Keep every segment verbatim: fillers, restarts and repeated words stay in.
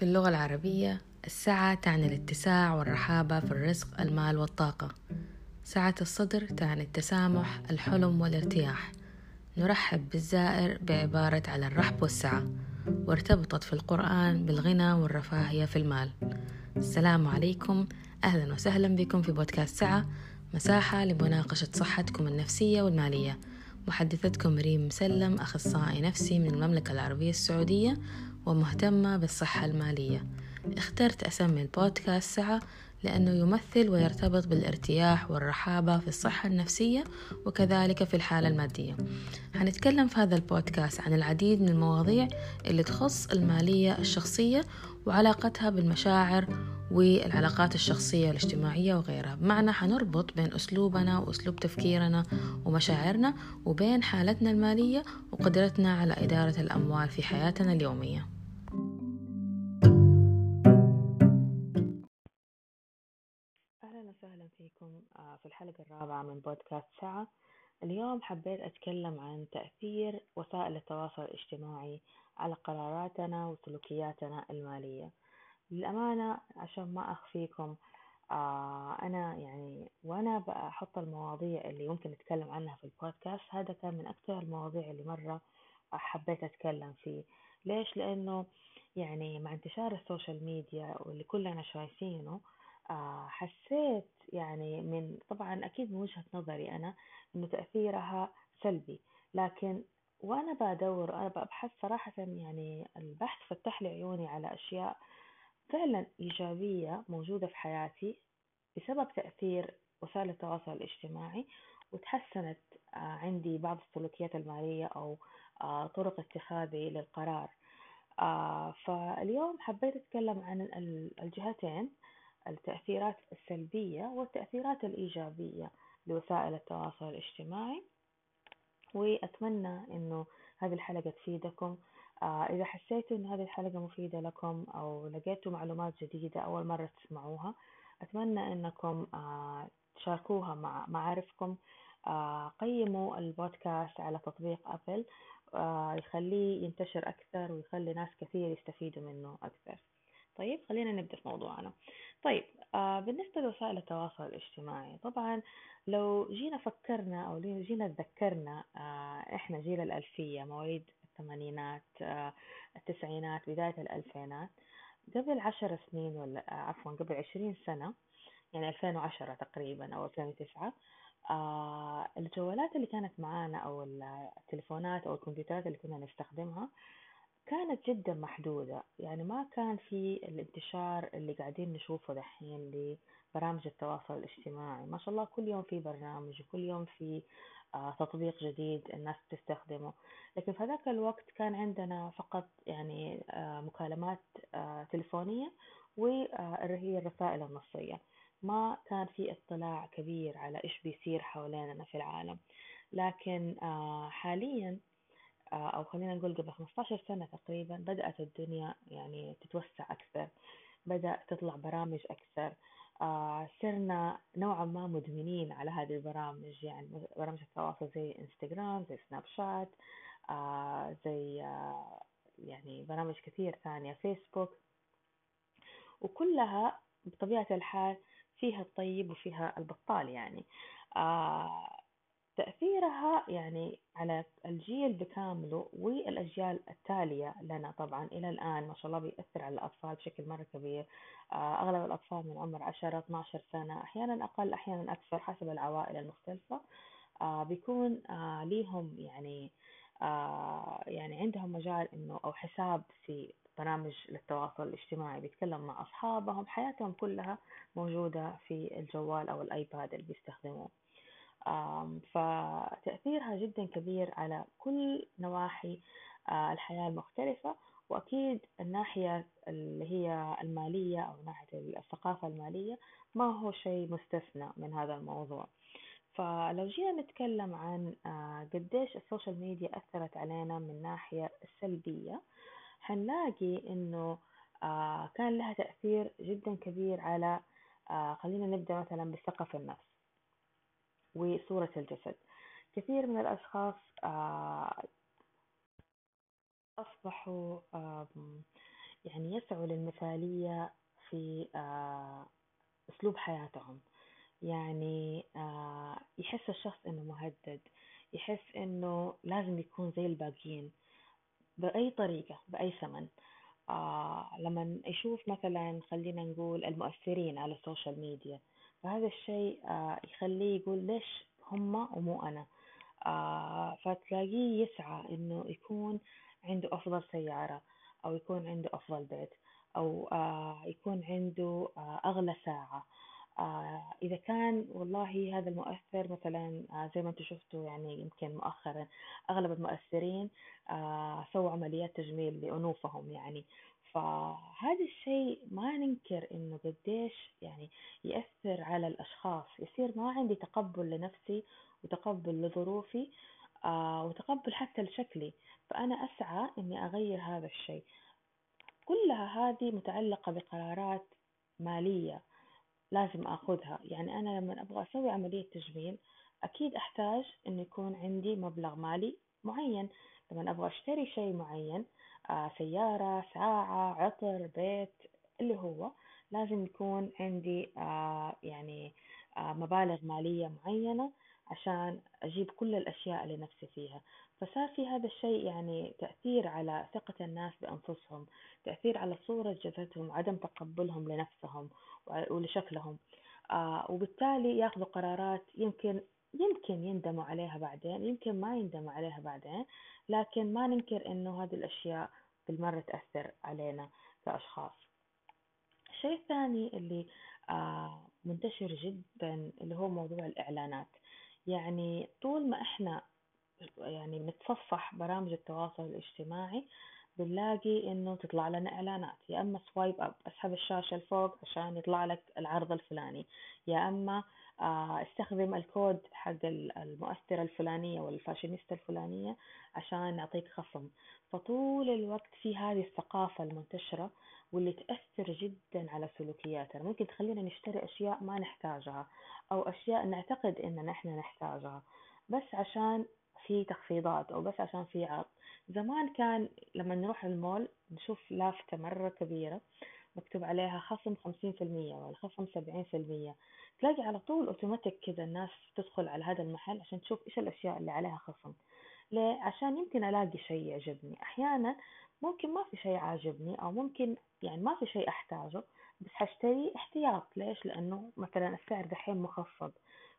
في اللغة العربية السعة تعني الاتساع والرحابة في الرزق، المال والطاقة. سعة الصدر تعني التسامح، الحلم والارتياح. نرحب بالزائر بعبارة على الرحب والسعة، وارتبطت في القرآن بالغنى والرفاهية في المال. السلام عليكم، أهلا وسهلا بكم في بودكاست سعة، مساحة لمناقشة صحتكم النفسية والمالية. محدثتكم ريم مسلم، أخصائي نفسي من المملكة العربية السعودية ومهتمة بالصحة المالية. اخترت أسمي البودكاست سعة لأنه يمثل ويرتبط بالارتياح والرحابة في الصحة النفسية وكذلك في الحالة المادية. هنتكلم في هذا البودكاست عن العديد من المواضيع اللي تخص المالية الشخصية وعلاقتها بالمشاعر والعلاقات الشخصية والاجتماعية وغيرها. بمعنى حنربط بين أسلوبنا وأسلوب تفكيرنا ومشاعرنا وبين حالتنا المالية وقدرتنا على إدارة الأموال في حياتنا اليومية. أهلا وسهلا فيكم في الحلقة الرابعة من بودكاست ساعة. اليوم حبيت أتكلم عن تأثير وسائل التواصل الاجتماعي على قراراتنا وسلوكياتنا المالية. للأمانة عشان ما أخفيكم، آه أنا يعني وأنا بحط المواضيع اللي ممكن نتكلم عنها في البودكاست، هذا كان من أكثر المواضيع اللي مرة حبيت أتكلم فيه. ليش؟ لأنه يعني مع انتشار السوشيال ميديا واللي كلنا شايفينه، آه حسيت يعني من طبعا أكيد من وجهة نظري أنا إنه تأثيرها سلبي. لكن وأنا بدور وأنا ببحث صراحة، يعني البحث فتح لي عيوني على أشياء فعلا إيجابية موجودة في حياتي بسبب تأثير وسائل التواصل الاجتماعي، وتحسنت آه، عندي بعض السلوكيات المالية أو آه، طرق اتخاذي للقرار. آه، فاليوم حبيت أتكلم عن ال- الجهتين، التأثيرات السلبية والتأثيرات الإيجابية لوسائل التواصل الاجتماعي. وأتمنى إنه هذه الحلقة تفيدكم. آه، إذا حسيتوا إن هذه الحلقة مفيدة لكم أو لقيتوا معلومات جديدة أول مرة تسمعوها، أتمنى إنكم آه، تشاركوها مع معارفكم. آه، قيموا البودكاست على تطبيق أبل، آه، يخليه ينتشر أكثر ويخلي ناس كثير يستفيدوا منه أكثر. طيب خلينا نبدأ في موضوعنا. طيب، آه بالنسبة لوسائل التواصل الاجتماعي، طبعا لو جينا فكرنا أو لو جينا تذكرنا، آه إحنا جيل الألفية، مواليد الثمانينات، آه التسعينات، بداية الألفينات، قبل عشر سنين ولا آه عفوا قبل عشرين سنة، يعني ألفين وعشرة تقريبا أو ألفين وتسعة. آه الجوالات اللي كانت معانا أو التليفونات أو الكمبيوترات اللي كنا نستخدمها كانت جدا محدودة. يعني ما كان في الانتشار اللي قاعدين نشوفه دحين لبرامج التواصل الاجتماعي. ما شاء الله كل يوم في برنامج وكل يوم في آه، تطبيق جديد الناس بتستخدمه. لكن في ذاك الوقت كان عندنا فقط يعني آه، مكالمات آه، تليفونية وهي الرسائل النصية. ما كان في اطلاع كبير على إيش بيصير حواليننا في العالم. لكن آه، حاليا، آه، أو خلينا نقول قبل خمسة عشر سنة تقريبا، بدأت الدنيا يعني تتوسع أكثر، بدأ تطلع برامج أكثر. آه، صرنا نوعا ما مدمنين على هذه البرامج، يعني برامج التواصل زي انستغرام، زي سناب شات، آه، زي آه، يعني برامج كثير ثانية، فيسبوك، وكلها بطبيعة الحال فيها الطيب وفيها البطال. يعني آه تأثيرها يعني على الجيل بكامله والأجيال التالية لنا طبعا إلى الآن ما شاء الله بيأثر على الأطفال بشكل مرة كبير. آه، أغلب الأطفال من عمر عشرة اثنا عشر سنة، أحيانا أقل أحيانا أكثر حسب العوائل المختلفة، آه، بيكون آه، ليهم يعني آه، يعني عندهم مجال إنه أو حساب في برامج للتواصل الاجتماعي، بيتكلم مع أصحابهم، حياتهم كلها موجودة في الجوال أو الآيباد اللي بيستخدموه. آم، فتأثيرها جدا كبير على كل نواحي آه، الحياة المختلفة. وأكيد الناحية اللي هي المالية أو ناحية الثقافة المالية ما هو شيء مستثنى من هذا الموضوع. فلو جينا نتكلم عن آه، قديش السوشيال ميديا أثرت علينا من ناحية السلبية، حنلاقي إنه آه، كان لها تأثير جدا كبير على آه، خلينا نبدأ مثلا بالثقة في النفس وصورة الجسد. كثير من الأشخاص آه، أصبحوا آم، يعني يسعوا للمثالية في آه، أسلوب حياتهم. يعني آه، يحس الشخص إنه مهدد، يحس إنه لازم يكون زي الباقيين بأي طريقة بأي ثمن. آه لما يشوف مثلا، خلينا نقول المؤثرين على السوشيال ميديا، فهذا الشيء آه يخليه يقول ليش هم ومو أنا. آه فتلاقيه يسعى إنه يكون عنده أفضل سيارة، أو يكون عنده أفضل بيت، أو آه يكون عنده آه أغلى ساعة. آه إذا كان والله هذا المؤثر مثلا، آه زي ما أنتم شفتوا يعني يمكن مؤخرا أغلب المؤثرين آه سووا عمليات تجميل لأنوفهم يعني. فهذا الشيء ما ننكر إنه قديش يعني يأثر على الأشخاص، يصير ما عندي تقبل لنفسي وتقبل لظروفي، آه وتقبل حتى لشكلي. فأنا أسعى إني أغير هذا الشيء. كلها هذه متعلقة بقرارات مالية لازم آخذها. يعني أنا لما أبغى أسوي عملية تجميل أكيد أحتاج إنه يكون عندي مبلغ مالي معين. لما أبغى أشتري شيء معين، آه سيارة، ساعة، عطر، بيت، اللي هو لازم يكون عندي آه يعني آه مبالغ مالية معينة عشان أجيب كل الأشياء اللي نفسي فيها. فصار في هذا الشيء يعني تأثير على ثقة الناس بأنفسهم، تأثير على صورة جسدهم وعدم تقبلهم لنفسهم ولشكلهم. آه وبالتالي ياخذوا قرارات يمكن يمكن يندموا عليها بعدين، يمكن ما يندموا عليها بعدين، لكن ما ننكر إنه هذه الأشياء بالمرة تأثر علينا كأشخاص. الشيء الثاني اللي آه منتشر جدا اللي هو موضوع الإعلانات. يعني طول ما إحنا يعني نتصفح برامج التواصل الاجتماعي بنلاقي انه تطلع لنا اعلانات، يا اما سوايب اب اسحب الشاشة لفوق عشان يطلع لك العرض الفلاني، يا اما آه، استخدم الكود حق المؤثرة الفلانية والفاشينيستا الفلانية عشان يعطيك خصم. فطول الوقت في هذه الثقافة المنتشرة واللي تأثر جدا على سلوكياتنا، ممكن تخلينا نشتري أشياء ما نحتاجها أو أشياء نعتقد إننا إحنا نحتاجها بس عشان في تخفيضات أو بس عشان في عرض. زمان كان لما نروح المول نشوف لافتة مرة كبيرة مكتوب عليها خصم خمسين في المية ولا خصم سبعين في المية، تلاقي على طول أوتوماتيك كذا الناس تدخل على هذا المحل عشان تشوف إيش الأشياء اللي عليها خصم. ليه؟ عشان يمكن ألاقي شيء يعجبني. أحيانا ممكن ما في شيء عاجبني أو ممكن يعني ما في شيء أحتاجه، بس حشتري احتياط. ليش؟ لأنه مثلا السعر دحين مخفض.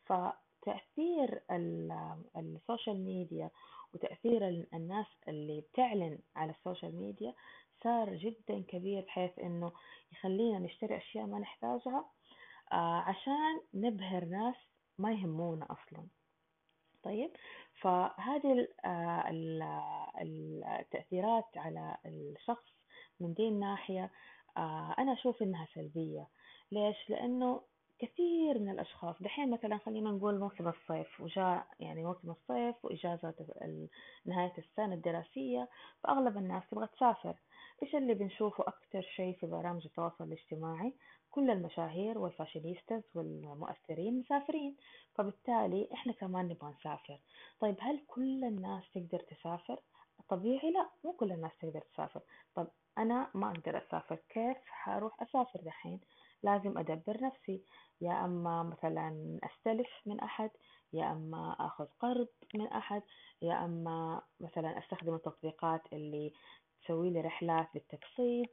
فتأثير ال- السوشيال ميديا وتأثير ال- الناس اللي بتعلن على السوشيال ميديا صار جدا كبير، بحيث انه يخلينا نشتري اشياء ما نحتاجها آه، عشان نبهر ناس ما يهمونا اصلا. طيب، فهذه ال- آه، ال- ال- التأثيرات على الشخص من دي الناحية آه، أنا أشوف إنها سلبية. ليش؟ لأنه كثير من الأشخاص دحين مثلا خلينا نقول موسم الصيف وجاء، يعني موسم الصيف وإجازة ال- نهاية السنة الدراسية، فأغلب الناس تبغى تسافر. إيش اللي بنشوفه أكتر شيء في برامج التواصل الاجتماعي؟ كل المشاهير والفاشينيستاز والمؤثرين مسافرين. فبالتالي احنا كمان نبغى نسافر. طيب هل كل الناس تقدر تسافر؟ طبيعي لا، مو كل الناس تقدر تسافر. طب انا ما اقدر اسافر، كيف حروح اسافر دحين؟ لازم ادبر نفسي، يا اما مثلا استلف من احد، يا اما اخذ قرض من احد، يا اما مثلا استخدم التطبيقات اللي تسوي لي رحلات بالتقسيط.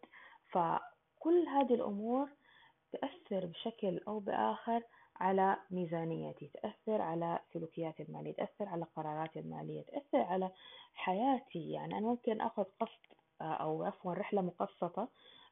فكل هذه الامور تأثر بشكل أو بآخر على ميزانيتي، تأثر على سلوكياتي المالية، تأثر على قراراتي المالية، تأثر على حياتي. يعني أنا ممكن أخذ قسط آه، أو عفوا رحلة مقسطة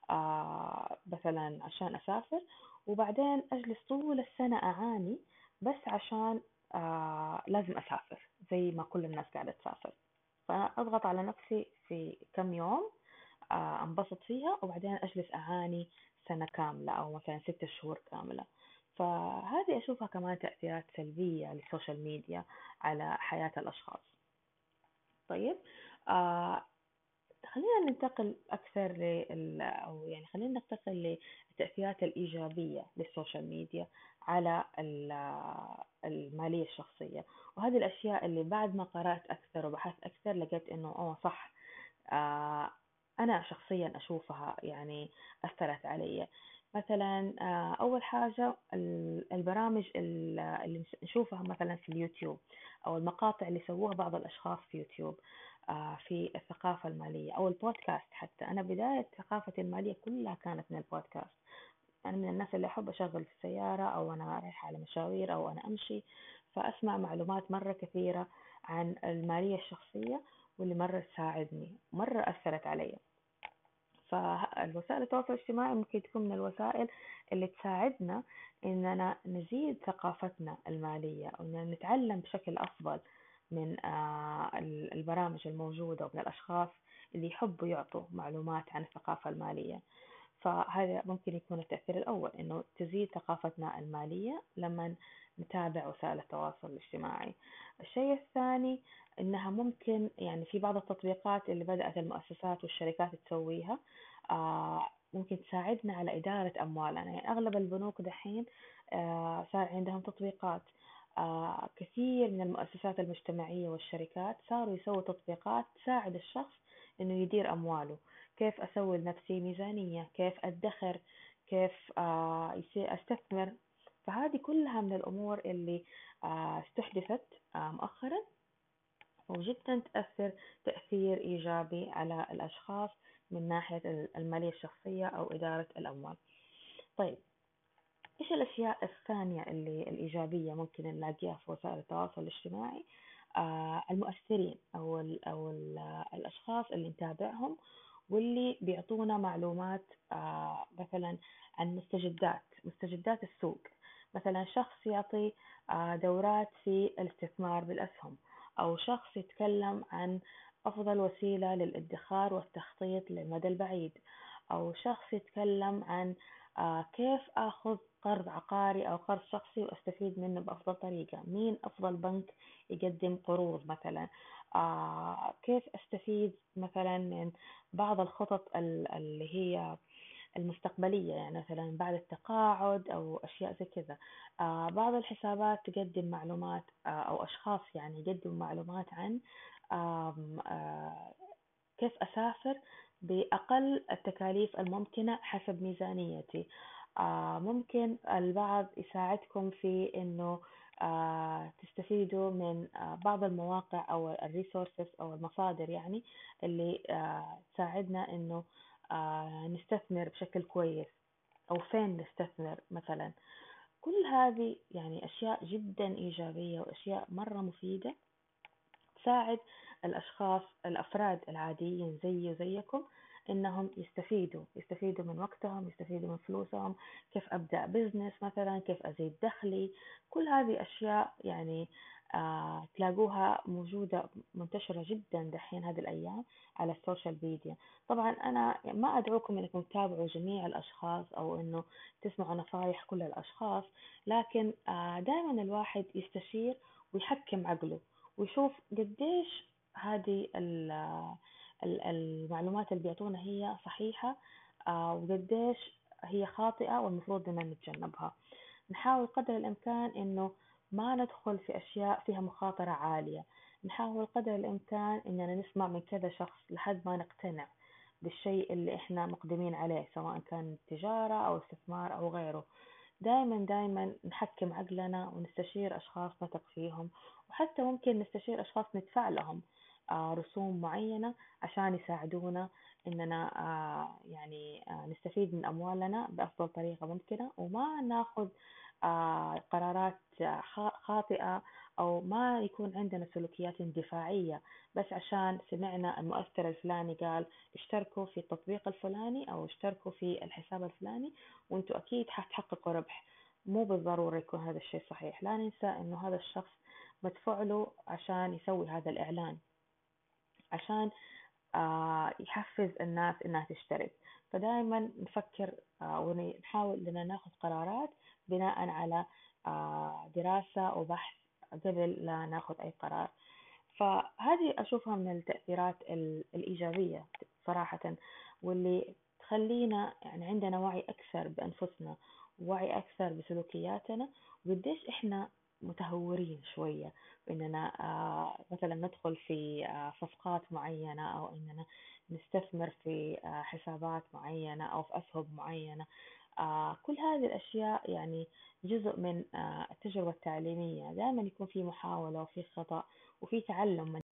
آه، مثلا عشان أسافر، وبعدين أجلس طول السنة أعاني بس عشان آه، لازم أسافر زي ما كل الناس قاعدة تسافر. فأضغط على نفسي في كم يوم آه، انبسط فيها، وبعدين اجلس اعاني سنة كاملة او مثلا ست شهور كاملة. فهذه اشوفها كمان تأثيرات سلبية للسوشيال ميديا على حياة الاشخاص. طيب، آه خلينا ننتقل اكثر لل او يعني خلينا ننتقل للتأثيرات الإيجابية للسوشيال ميديا على ال- المالية الشخصية. وهذه الأشياء اللي بعد ما قرأت أكثر وبحثت أكثر لقيت إنه أوه صح. آه أنا شخصيا أشوفها يعني أثرت علي. مثلا آه، أول حاجة ال- البرامج ال- اللي نش- نشوفها مثلا في اليوتيوب، أو المقاطع اللي سووها بعض الأشخاص في يوتيوب آه، في الثقافة المالية، أو البودكاست. حتى أنا بداية ثقافتي المالية كلها كانت من البودكاست. أنا من الناس اللي أحب أشغل في السيارة، أو أنا رايحة على مشاوير، أو أنا أمشي، فأسمع معلومات مرة كثيرة عن المالية الشخصية، واللي مرة تساعدني، مرة أثرت علي. فالوسائل التواصل الاجتماعي ممكن تكون من الوسائل اللي تساعدنا إننا نزيد ثقافتنا المالية، أو إننا نتعلم بشكل أفضل من آه، البرامج الموجودة، ومن الأشخاص اللي يحبوا يعطوا معلومات عن الثقافة المالية. فهذا ممكن يكون التأثير الأول، إنه تزيد ثقافتنا المالية لما نتابع وسائل التواصل الاجتماعي. الشيء الثاني، إنها ممكن يعني في بعض التطبيقات اللي بدأت المؤسسات والشركات تسويها آه، ممكن تساعدنا على إدارة أموالنا. يعني أغلب البنوك دحين آه، صار عندهم تطبيقات. آه، كثير من المؤسسات المجتمعية والشركات صاروا يسووا تطبيقات تساعد الشخص إنه يدير أمواله. كيف أسوي لنفسي ميزانية، كيف أدخر، كيف آه، يصير أستثمر. فهذه كلها من الأمور اللي آه، استحدثت آه، مؤخرا، وجدا تأثر تأثير إيجابي على الأشخاص من ناحية المالية الشخصية أو إدارة الأموال. طيب، إيش الأشياء الثانية اللي الإيجابية ممكن نلاقيها في وسائل التواصل الاجتماعي؟ آه المؤثرين، أو ال أو ال الأشخاص اللي نتابعهم، واللي بيعطونا معلومات آه مثلا عن مستجدات مستجدات السوق. مثلا شخص يعطي آه دورات في الاستثمار بالأسهم، أو شخص يتكلم عن أفضل وسيلة للادخار والتخطيط للمدى البعيد، أو شخص يتكلم عن آه كيف آخذ قرض عقاري أو قرض شخصي وأستفيد منه بأفضل طريقة، مين أفضل بنك يقدم قروض مثلا، آه كيف أستفيد مثلا من بعض الخطط ال- اللي هي المستقبلية، يعني مثلا بعد التقاعد أو أشياء زي كذا. آه بعض الحسابات تقدم معلومات، آه أو أشخاص يعني يقدموا معلومات عن آم، آه كيف أسافر بأقل التكاليف الممكنة حسب ميزانيتي. آه ممكن البعض يساعدكم في إنه آه تستفيدوا من آه بعض المواقع أو الريسورسز أو المصادر، يعني اللي آه تساعدنا إنه آه نستثمر بشكل كويس، أو فين نستثمر مثلا. كل هذه يعني أشياء جدا إيجابية، وأشياء مرة مفيدة تساعد الأشخاص الأفراد العاديين زي وزيكم إنهم يستفيدوا يستفيدوا من وقتهم، يستفيدوا من فلوسهم. كيف أبدأ بزنس مثلا، كيف أزيد دخلي. كل هذه أشياء يعني آه تلاقوها موجودة منتشرة جدا دحين هذه الأيام على السوشيال ميديا. طبعا أنا ما أدعوكم أنكم تتابعوا جميع الأشخاص، أو أنه تسمعوا نصايح كل الأشخاص، لكن آه دائما الواحد يستشير ويحكم عقله، ويشوف قديش هذه ال- ال- المعلومات اللي بيعطونا هي صحيحة، آه، وقديش هي خاطئة والمفروض إننا نتجنبها. نحاول قدر الإمكان إنه ما ندخل في أشياء فيها مخاطرة عالية. نحاول قدر الإمكان إننا نسمع من كذا شخص لحد ما نقتنع بالشيء اللي إحنا مقدمين عليه، سواء كان تجارة أو استثمار أو غيره. دائما دائما نحكم عقلنا ونستشير أشخاص نثق فيهم، وحتى ممكن نستشير أشخاص ندفع لهم آه، رسوم معينة عشان يساعدونا إننا آه، يعني آه، نستفيد من أموالنا بأفضل طريقة ممكنة، وما ناخذ آه، قرارات آه، خا- خاطئة، أو ما يكون عندنا سلوكيات اندفاعية بس عشان سمعنا المؤثر الفلاني قال اشتركوا في التطبيق الفلاني أو اشتركوا في الحساب الفلاني وانتوا أكيد حتحققوا ربح. مو بالضرورة يكون هذا الشيء صحيح. لا ننسى إنه هذا الشخص مدفوع له عشان يسوي هذا الإعلان، عشان آه، يحفز الناس إنها تشترك. فدائما نفكر آه، ونحاول إننا ناخذ قرارات بناء على آه، دراسة وبحث قبل لا ناخذ أي قرار. فهذه أشوفها من التأثيرات ال- الإيجابية صراحة، واللي تخلينا يعني عندنا وعي أكثر بأنفسنا، ووعي أكثر بسلوكياتنا، وقديش إحنا متهورين شوية بأننا آه، مثلا ندخل في آه، صفقات معينة، أو أننا نستثمر في آه، حسابات معينة أو في أسهم معينة. آه، كل هذه الأشياء يعني جزء من آه، التجربة التعليمية، دائما يكون في محاولة وفي خطأ وفي تعلم من.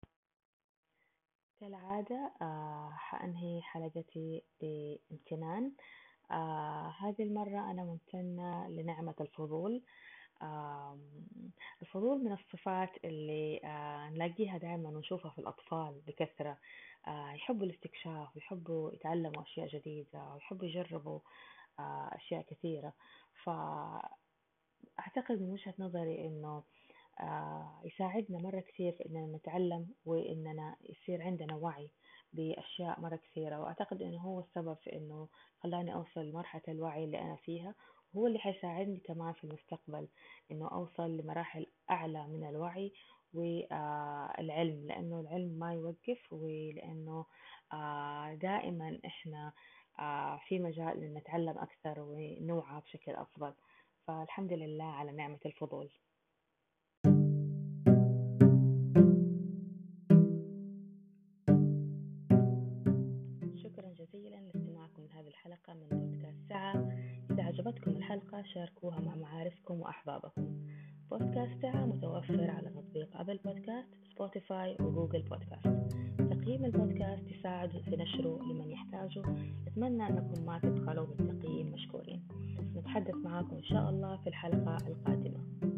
كالعادة آه، حأنهي حلقتي بامتنان. آه، هذه المرة أنا ممتنة لنعمة الفضول. آم، الفضول من الصفات اللي آه، نلاقيها دائما ونشوفها في الأطفال بكثرة. آه، يحبوا الاستكشاف ويحبوا يتعلموا أشياء جديدة ويحبوا يجربوا آه، أشياء كثيرة. فأعتقد من وجهة نظري إنه آه، يساعدنا مرة كثير في إننا نتعلم وإننا يصير عندنا وعي بأشياء مرة كثيرة. وأعتقد إنه هو السبب في إنه خلاني أوصل لمرحلة الوعي اللي أنا فيها، وهو اللي حيساعدني كمان في المستقبل إنه أوصل لمراحل أعلى من الوعي والعلم، لأنه العلم ما يوقف، ولأنه آه، دائما إحنا آه، في مجال إن نتعلم أكثر ونوعى بشكل أفضل. فالحمد لله على نعمة الفضول. شكرا جزيلا لاستماعكم لهذه الحلقة من بودكاست ساعة. إذا عجبتكم الحلقة شاركوها مع معارفكم وأحبابكم. بودكاست ساعة متوفر على تطبيق أبل بودكاست، سبوتيفاي وجوجل بودكاست. تقييم البودكاست يساعد في نشره لمن يحتاجه. أتمنى أنكم ما تبخلوا بالتقييم، مشكورين. نتحدث معكم إن شاء الله في الحلقة القادمة.